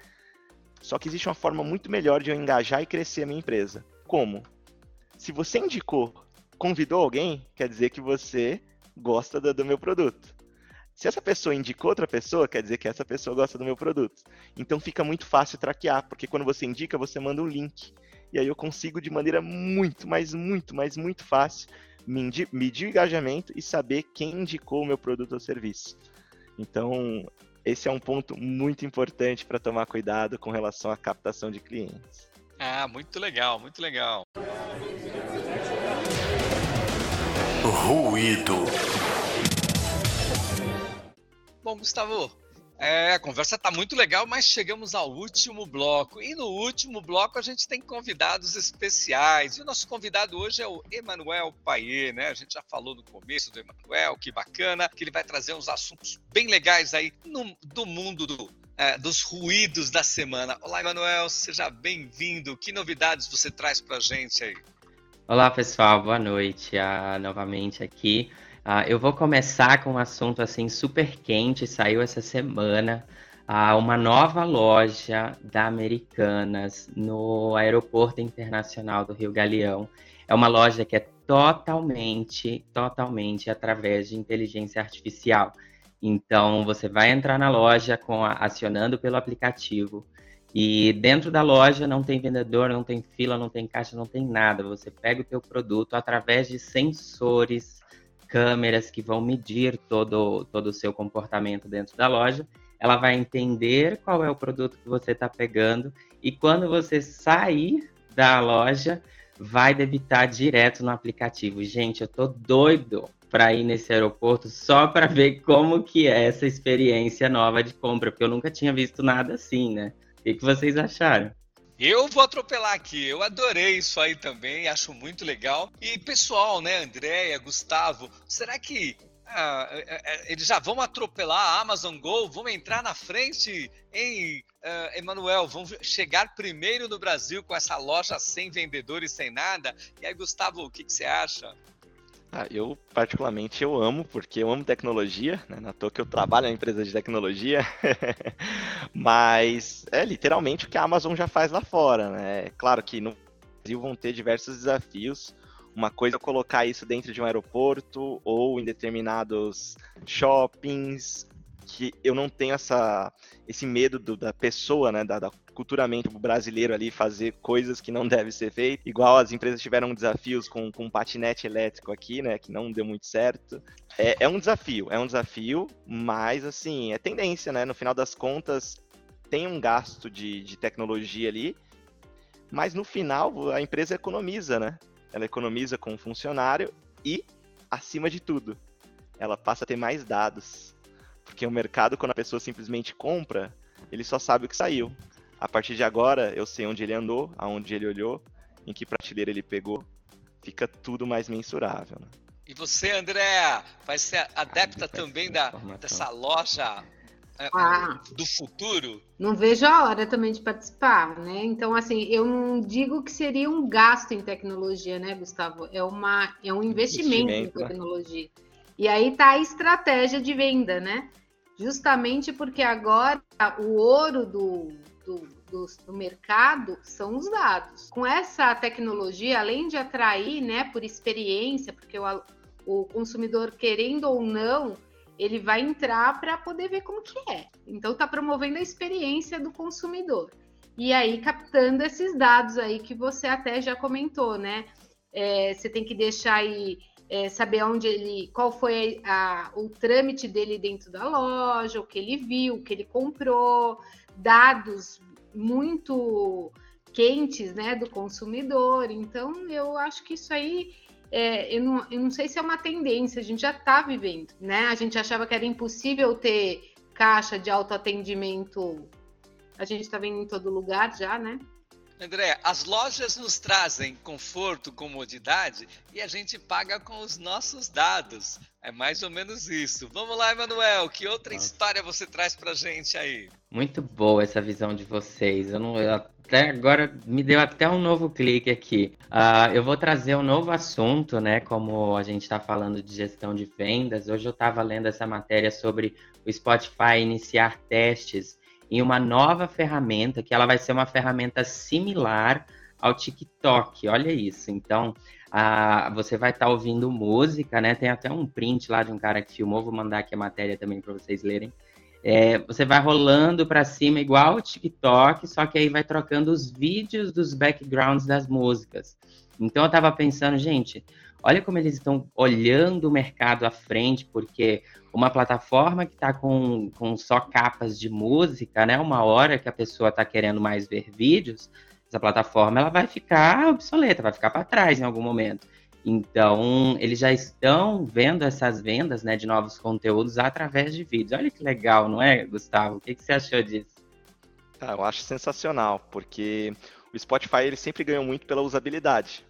Só que existe uma forma muito melhor de eu engajar e crescer a minha empresa. Como? Se você indicou, convidou alguém, quer dizer que você gosta do, do meu produto. Se essa pessoa indicou outra pessoa, quer dizer que essa pessoa gosta do meu produto. Então fica muito fácil traquear, porque quando você indica, você manda um link. E aí eu consigo de maneira muito, mas muito, mas muito fácil medir o engajamento e saber quem indicou o meu produto ou serviço. Então, esse é um ponto muito importante para tomar cuidado com relação à captação de clientes. Ah, muito legal, muito legal. Ruído. Bom, Gustavo, É, a conversa tá muito legal, mas chegamos ao último bloco. E no último bloco a gente tem convidados especiais. E o nosso convidado hoje é o Emanuel Paier, né? A gente já falou no começo do Emanuel, que bacana, que ele vai trazer uns assuntos bem legais aí no, do mundo do, é, dos ruídos da semana. Olá, Emanuel, seja bem-vindo. Que novidades você traz pra gente aí? Olá, pessoal, boa noite ah, novamente aqui. Uh, eu vou começar com um assunto assim super quente, saiu essa semana, uh, uma nova loja da Americanas no Aeroporto Internacional do Rio Galeão. É uma loja que é totalmente, totalmente através de inteligência artificial. Então, você vai entrar na loja com a, acionando pelo aplicativo e dentro da loja não tem vendedor, não tem fila, não tem caixa, não tem nada. Você pega o teu produto através de sensores, câmeras que vão medir todo, todo o seu comportamento dentro da loja. Ela vai entender qual é o produto que você está pegando e quando você sair da loja, vai debitar direto no aplicativo. Gente, eu tô doido para ir nesse aeroporto só para ver como que é essa experiência nova de compra, porque eu nunca tinha visto nada assim, né? O que, que vocês acharam? Eu vou atropelar aqui, eu adorei isso aí também, acho muito legal. E pessoal, né, Andréia, Gustavo, será que ah, eles já vão atropelar a Amazon Go? Vão entrar na frente, hein, uh, Emanuel? Vão chegar primeiro no Brasil com essa loja sem vendedores, sem nada? E aí, Gustavo, o que, que você acha? Ah, eu, particularmente, eu amo, porque eu amo tecnologia, né? Na toa que eu trabalho na empresa de tecnologia, mas é literalmente o que a Amazon já faz lá fora, né? Claro que no Brasil vão ter diversos desafios. Uma coisa é colocar isso dentro de um aeroporto ou em determinados shoppings, que eu não tenho essa, esse medo do, da pessoa, né, da, da culturalmente o brasileiro ali fazer coisas que não devem ser feitas, igual as empresas tiveram desafios com, com um patinete elétrico aqui, né, que não deu muito certo. É, é um desafio, é um desafio, mas assim, é tendência, né, no final das contas tem um gasto de, de tecnologia ali, mas no final a empresa economiza, né, ela economiza com o funcionário e, acima de tudo, ela passa a ter mais dados. Porque o mercado, quando a pessoa simplesmente compra, ele só sabe o que saiu. A partir de agora, eu sei onde ele andou, aonde ele olhou, em que prateleira ele pegou. Fica tudo mais mensurável, né? E você, Andréa, vai ser adepta também da, dessa loja é, ah, do futuro? Não vejo a hora também de participar, né? Então, assim, eu não digo que seria um gasto em tecnologia, né, Gustavo? É, uma, é um investimento, investimento em tecnologia. Né? E aí tá a estratégia de venda, né? Justamente porque agora o ouro do, do, do, do mercado são os dados. Com essa tecnologia, além de atrair, né, por experiência, porque o, o consumidor, querendo ou não, ele vai entrar para poder ver como que é. Então tá promovendo a experiência do consumidor. E aí captando esses dados aí que você até já comentou, né? É, você tem que deixar aí É, saber onde ele, qual foi a, o trâmite dele dentro da loja, o que ele viu, o que ele comprou, dados muito quentes, né, do consumidor. Então, eu acho que isso aí, é, eu, não, eu não sei se é uma tendência, a gente já está vivendo, né? A gente achava que era impossível ter caixa de autoatendimento, a gente está vendo em todo lugar já, né? André, as lojas nos trazem conforto, comodidade e a gente paga com os nossos dados. É mais ou menos isso. Vamos lá, Emanuel, que outra Nossa. história você traz pra gente aí? Muito boa essa visão de vocês. Eu não, eu até agora me deu até um novo clique aqui. Uh, eu vou trazer um novo assunto, né? Como a gente está falando de gestão de vendas. Hoje eu estava lendo essa matéria sobre o Spotify iniciar testes em uma nova ferramenta, que ela vai ser uma ferramenta similar ao TikTok, olha isso. Então, a, você vai estar tá ouvindo música, né? Tem até um print lá de um cara que filmou, vou mandar aqui a matéria também para vocês lerem. É, você vai rolando para cima igual o TikTok, só que aí vai trocando os vídeos dos backgrounds das músicas. Então, eu estava pensando, gente, olha como eles estão olhando o mercado à frente, porque uma plataforma que está com, com só capas de música, né? Uma hora que a pessoa está querendo mais ver vídeos, essa plataforma ela vai ficar obsoleta, vai ficar para trás em algum momento. Então, eles já estão vendo essas vendas, né, de novos conteúdos através de vídeos. Olha que legal, não é, Gustavo? O que, que você achou disso? Ah, eu acho sensacional, porque o Spotify ele sempre ganhou muito pela usabilidade.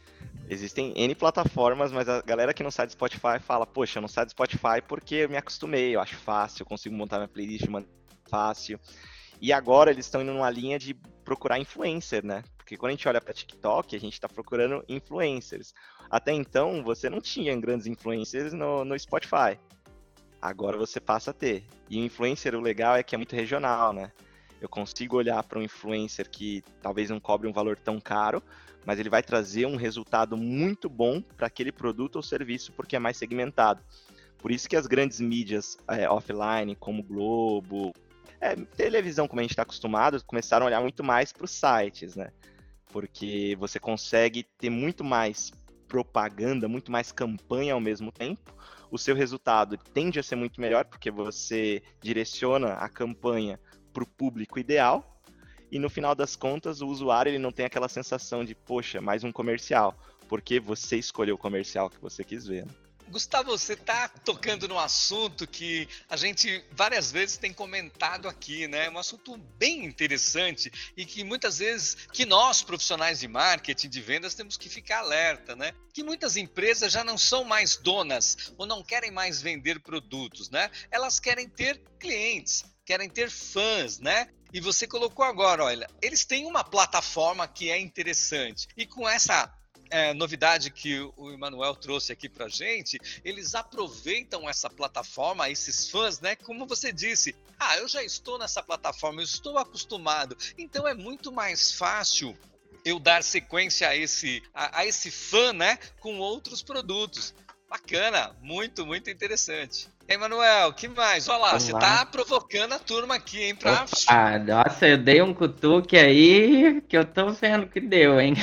Existem N plataformas, mas a galera que não sai do Spotify fala, poxa, eu não saio do Spotify porque eu me acostumei, eu acho fácil, eu consigo montar minha playlist de maneira fácil. E agora eles estão indo numa linha de procurar influencer, né? Porque quando a gente olha para TikTok, a gente está procurando influencers. Até então, você não tinha grandes influencers no, no Spotify. Agora você passa a ter. E o influencer, o legal é que é muito regional, né? Eu consigo olhar para um influencer que talvez não cobre um valor tão caro, mas ele vai trazer um resultado muito bom para aquele produto ou serviço, porque é mais segmentado. Por isso que as grandes mídias é, offline, como Globo, é, televisão, como a gente está acostumado, começaram a olhar muito mais para os sites, né? Porque você consegue ter muito mais propaganda, muito mais campanha ao mesmo tempo. O seu resultado tende a ser muito melhor, porque você direciona a campanha para o público ideal. E no final das contas, o usuário ele não tem aquela sensação de, poxa, mais um comercial, porque você escolheu o comercial que você quis ver. Né? Gustavo, você está tocando num assunto que a gente várias vezes tem comentado aqui, né? Um assunto bem interessante e que muitas vezes que nós, profissionais de marketing, de vendas, temos que ficar alerta, né? Que muitas empresas já não são mais donas ou não querem mais vender produtos, né? Elas querem ter clientes, querem ter fãs, né? E você colocou agora, olha, eles têm uma plataforma que é interessante. E com essa é, novidade que o Emanuel trouxe aqui pra gente, eles aproveitam essa plataforma, esses fãs, né? Como você disse, ah, eu já estou nessa plataforma, eu estou acostumado. Então é muito mais fácil eu dar sequência a esse, a, a esse fã, né? Com outros produtos. Bacana, muito, muito interessante. Emanuel, que mais? Olha lá, Olá. Você tá provocando a turma aqui, hein? Pra... Ah, nossa, eu dei um cutuque aí que eu tô vendo que deu, hein?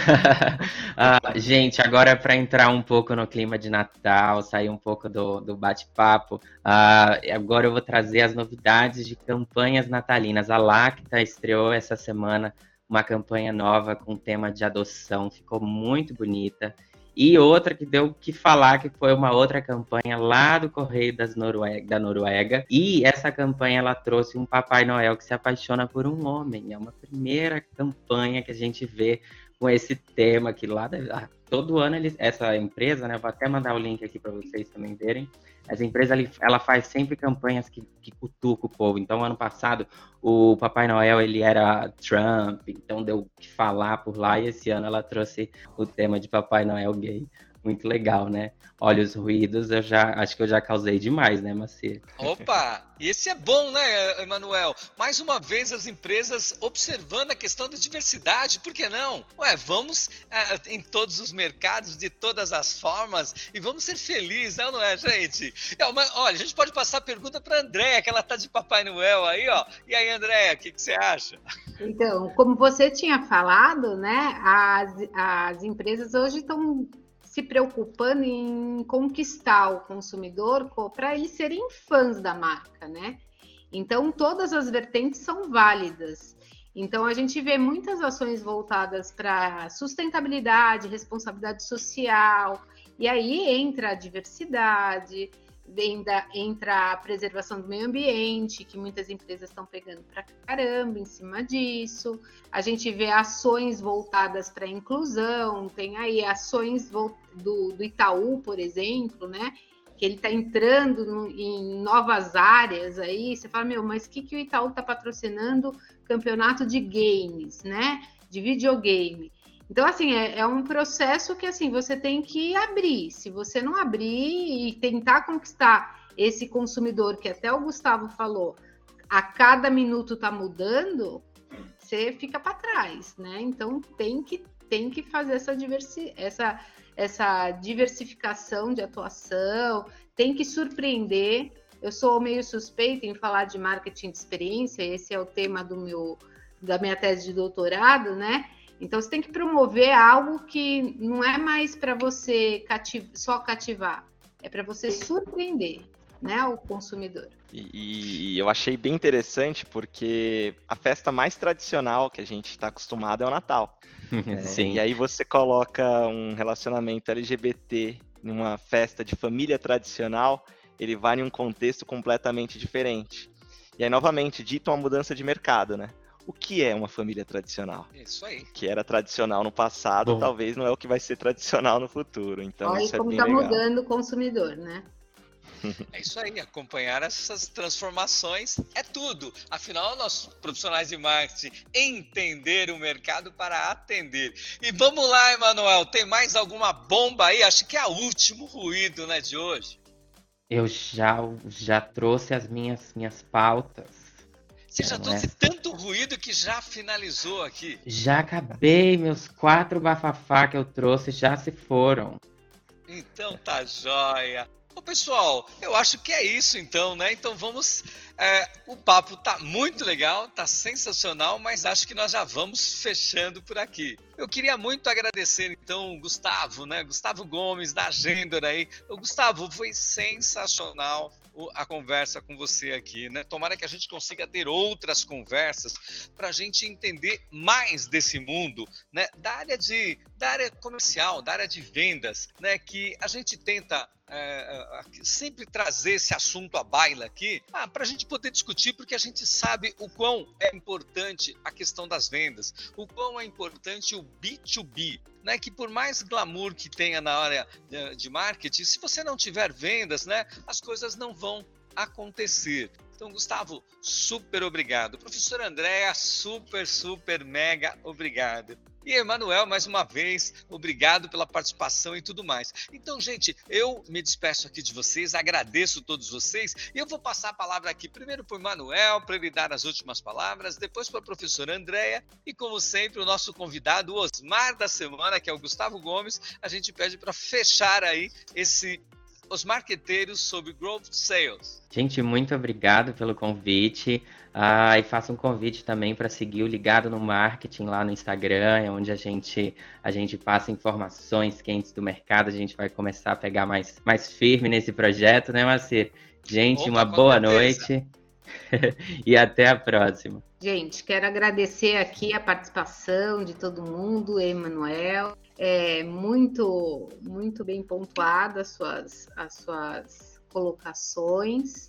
ah, gente, agora para entrar um pouco no clima de Natal, sair um pouco do, do bate-papo, ah, agora eu vou trazer as novidades de campanhas natalinas. A Lacta estreou essa semana uma campanha nova com tema de adoção, ficou muito bonita. E outra que deu o que falar, que foi uma outra campanha lá do Correio das Noruega, da Noruega. E essa campanha, ela trouxe um Papai Noel que se apaixona por um homem. É uma primeira campanha que a gente vê com esse tema que lá... Ah, todo ano, eles, essa empresa, né? Vou até mandar o link aqui para vocês também verem. Essa empresa, ela faz sempre campanhas que, que cutucam o povo. Então, ano passado, o Papai Noel, ele era Trump, então deu o que falar por lá. E esse ano ela trouxe o tema de Papai Noel gay. Muito legal, né? Olha, os ruídos, eu já acho que eu já causei demais, né, Macir? Opa! Esse é bom, né, Emanuel? Mais uma vez, as empresas observando a questão da diversidade, por que não? Ué, vamos é, em todos os mercados, de todas as formas, e vamos ser felizes, não, não é, gente? É uma, olha, a gente pode passar a pergunta para a Andréia, que ela tá de Papai Noel aí, ó. E aí, Andréia, o que, que você acha? Então, como você tinha falado, né, as, as empresas hoje estão se preocupando em conquistar o consumidor para eles serem fãs da marca, né? Então, todas as vertentes são válidas. Então, a gente vê muitas ações voltadas para sustentabilidade, responsabilidade social, e aí entra a diversidade, entra a preservação do meio ambiente, que muitas empresas estão pegando para caramba em cima disso. A gente vê ações voltadas para a inclusão, tem aí ações do, do Itaú, por exemplo, né? Que ele está entrando no, em novas áreas aí. Você fala, meu, mas o que, que o Itaú está patrocinando? Campeonato de games, né? De videogame. Então, assim, é, é um processo que, assim, você tem que abrir. Se você não abrir e tentar conquistar esse consumidor, que até o Gustavo falou, a cada minuto está mudando, você fica para trás, né? Então, tem que, tem que fazer essa, diversi essa, essa diversificação de atuação, tem que surpreender. Eu sou meio suspeita em falar de marketing de experiência, esse é o tema do meu, da minha tese de doutorado, né? Então, você tem que promover algo que não é mais para você cativ- só cativar, é para você surpreender, né, o consumidor. E, e eu achei bem interessante porque a festa mais tradicional que a gente está acostumado é o Natal. É, Sim. e aí você coloca um relacionamento L G B T numa festa de família tradicional, ele vai em um contexto completamente diferente. E aí, novamente, dito uma mudança de mercado, né? O que é uma família tradicional? Isso aí. O que era tradicional no passado, Bom. talvez não é o que vai ser tradicional no futuro. Então, Olha isso é como bem tá legal. mudando o consumidor, né? É isso aí, acompanhar essas transformações é tudo. Afinal, nós, profissionais de marketing, entender o mercado para atender. E vamos lá, Emanuel, tem mais alguma bomba aí? Acho que é o último ruído, né, de hoje. Eu já, já trouxe as minhas, minhas pautas. Você já Não trouxe é? tanto ruído que já finalizou aqui. Já acabei, meus quatro bafafá que eu trouxe já se foram. Então tá jóia. Ô, pessoal, eu acho que é isso então, né? Então vamos. É, o papo tá muito legal, tá sensacional, mas acho que nós já vamos fechando por aqui. Eu queria muito agradecer então o Gustavo, né? Gustavo Gomes da Agendor aí. O Gustavo, foi sensacional a conversa com você aqui, né? Tomara que a gente consiga ter outras conversas para a gente entender mais desse mundo, né? Da área de, da área comercial, da área de vendas, né? Que a gente tenta é, sempre trazer esse assunto à baila aqui, ah, para a gente poder discutir, porque a gente sabe o quão é importante a questão das vendas, o quão é importante o B dois B, né, que por mais glamour que tenha na área de marketing, se você não tiver vendas, né, as coisas não vão acontecer. Então, Gustavo, super obrigado. Professora Andréa, super, super, mega obrigado. E Emanuel, mais uma vez, obrigado pela participação e tudo mais. Então, gente, eu me despeço aqui de vocês, agradeço a todos vocês e eu vou passar a palavra aqui primeiro para o Emanuel, para ele dar as últimas palavras, depois para a professora Andréa e, como sempre, o nosso convidado, o Osmar da semana, que é o Gustavo Gomes, a gente pede para fechar aí esse Os Marqueteiros sobre Growth Sales. Gente, muito obrigado pelo convite. Ah, e faço um convite também para seguir o Ligado no Marketing lá no Instagram, onde a gente, a gente passa informações quentes do mercado. A gente vai começar a pegar mais, mais firme nesse projeto, né, Marcir? Gente, Opa, uma boa certeza. noite e até a próxima. Gente, quero agradecer aqui a participação de todo mundo, Emanuel. É muito, muito bem pontuado as suas, as suas colocações.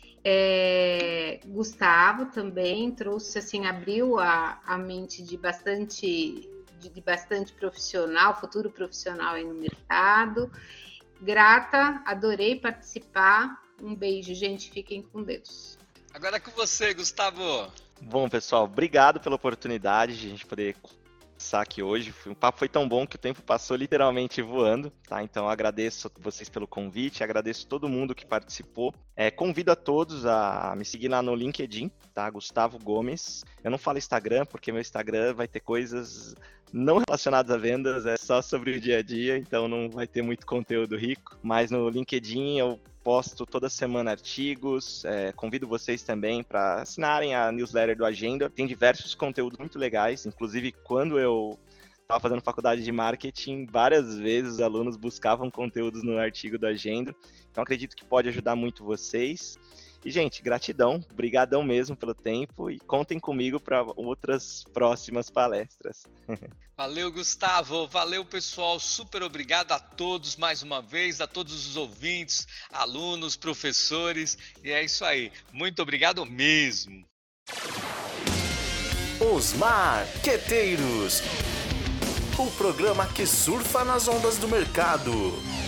É, Gustavo também trouxe, assim, abriu a, a mente de bastante, de, de bastante profissional, futuro profissional aí no mercado. Grata, adorei participar. Um beijo, gente, fiquem com Deus. Agora é com você, Gustavo. Bom, pessoal, obrigado pela oportunidade de a gente poder conversar aqui hoje. O papo foi tão bom que o tempo passou literalmente voando, tá? Então, eu agradeço vocês pelo convite, agradeço todo mundo que participou. É, convido a todos a me seguir lá no LinkedIn, tá? Gustavo Gomes. Eu não falo Instagram, porque meu Instagram vai ter coisas não relacionadas a vendas, é só sobre o dia a dia, então não vai ter muito conteúdo rico. Mas no LinkedIn eu posto toda semana artigos, é, convido vocês também para assinarem a newsletter do Agendor. Tem diversos conteúdos muito legais, inclusive quando eu estava fazendo faculdade de marketing, várias vezes os alunos buscavam conteúdos no artigo do Agendor, então acredito que pode ajudar muito vocês. E, gente, gratidão, brigadão mesmo pelo tempo e contem comigo para outras próximas palestras. Valeu, Gustavo. Valeu, pessoal. Super obrigado a todos mais uma vez, a todos os ouvintes, alunos, professores. E é isso aí. Muito obrigado mesmo. Os Marqueteiros, o programa que surfa nas ondas do mercado.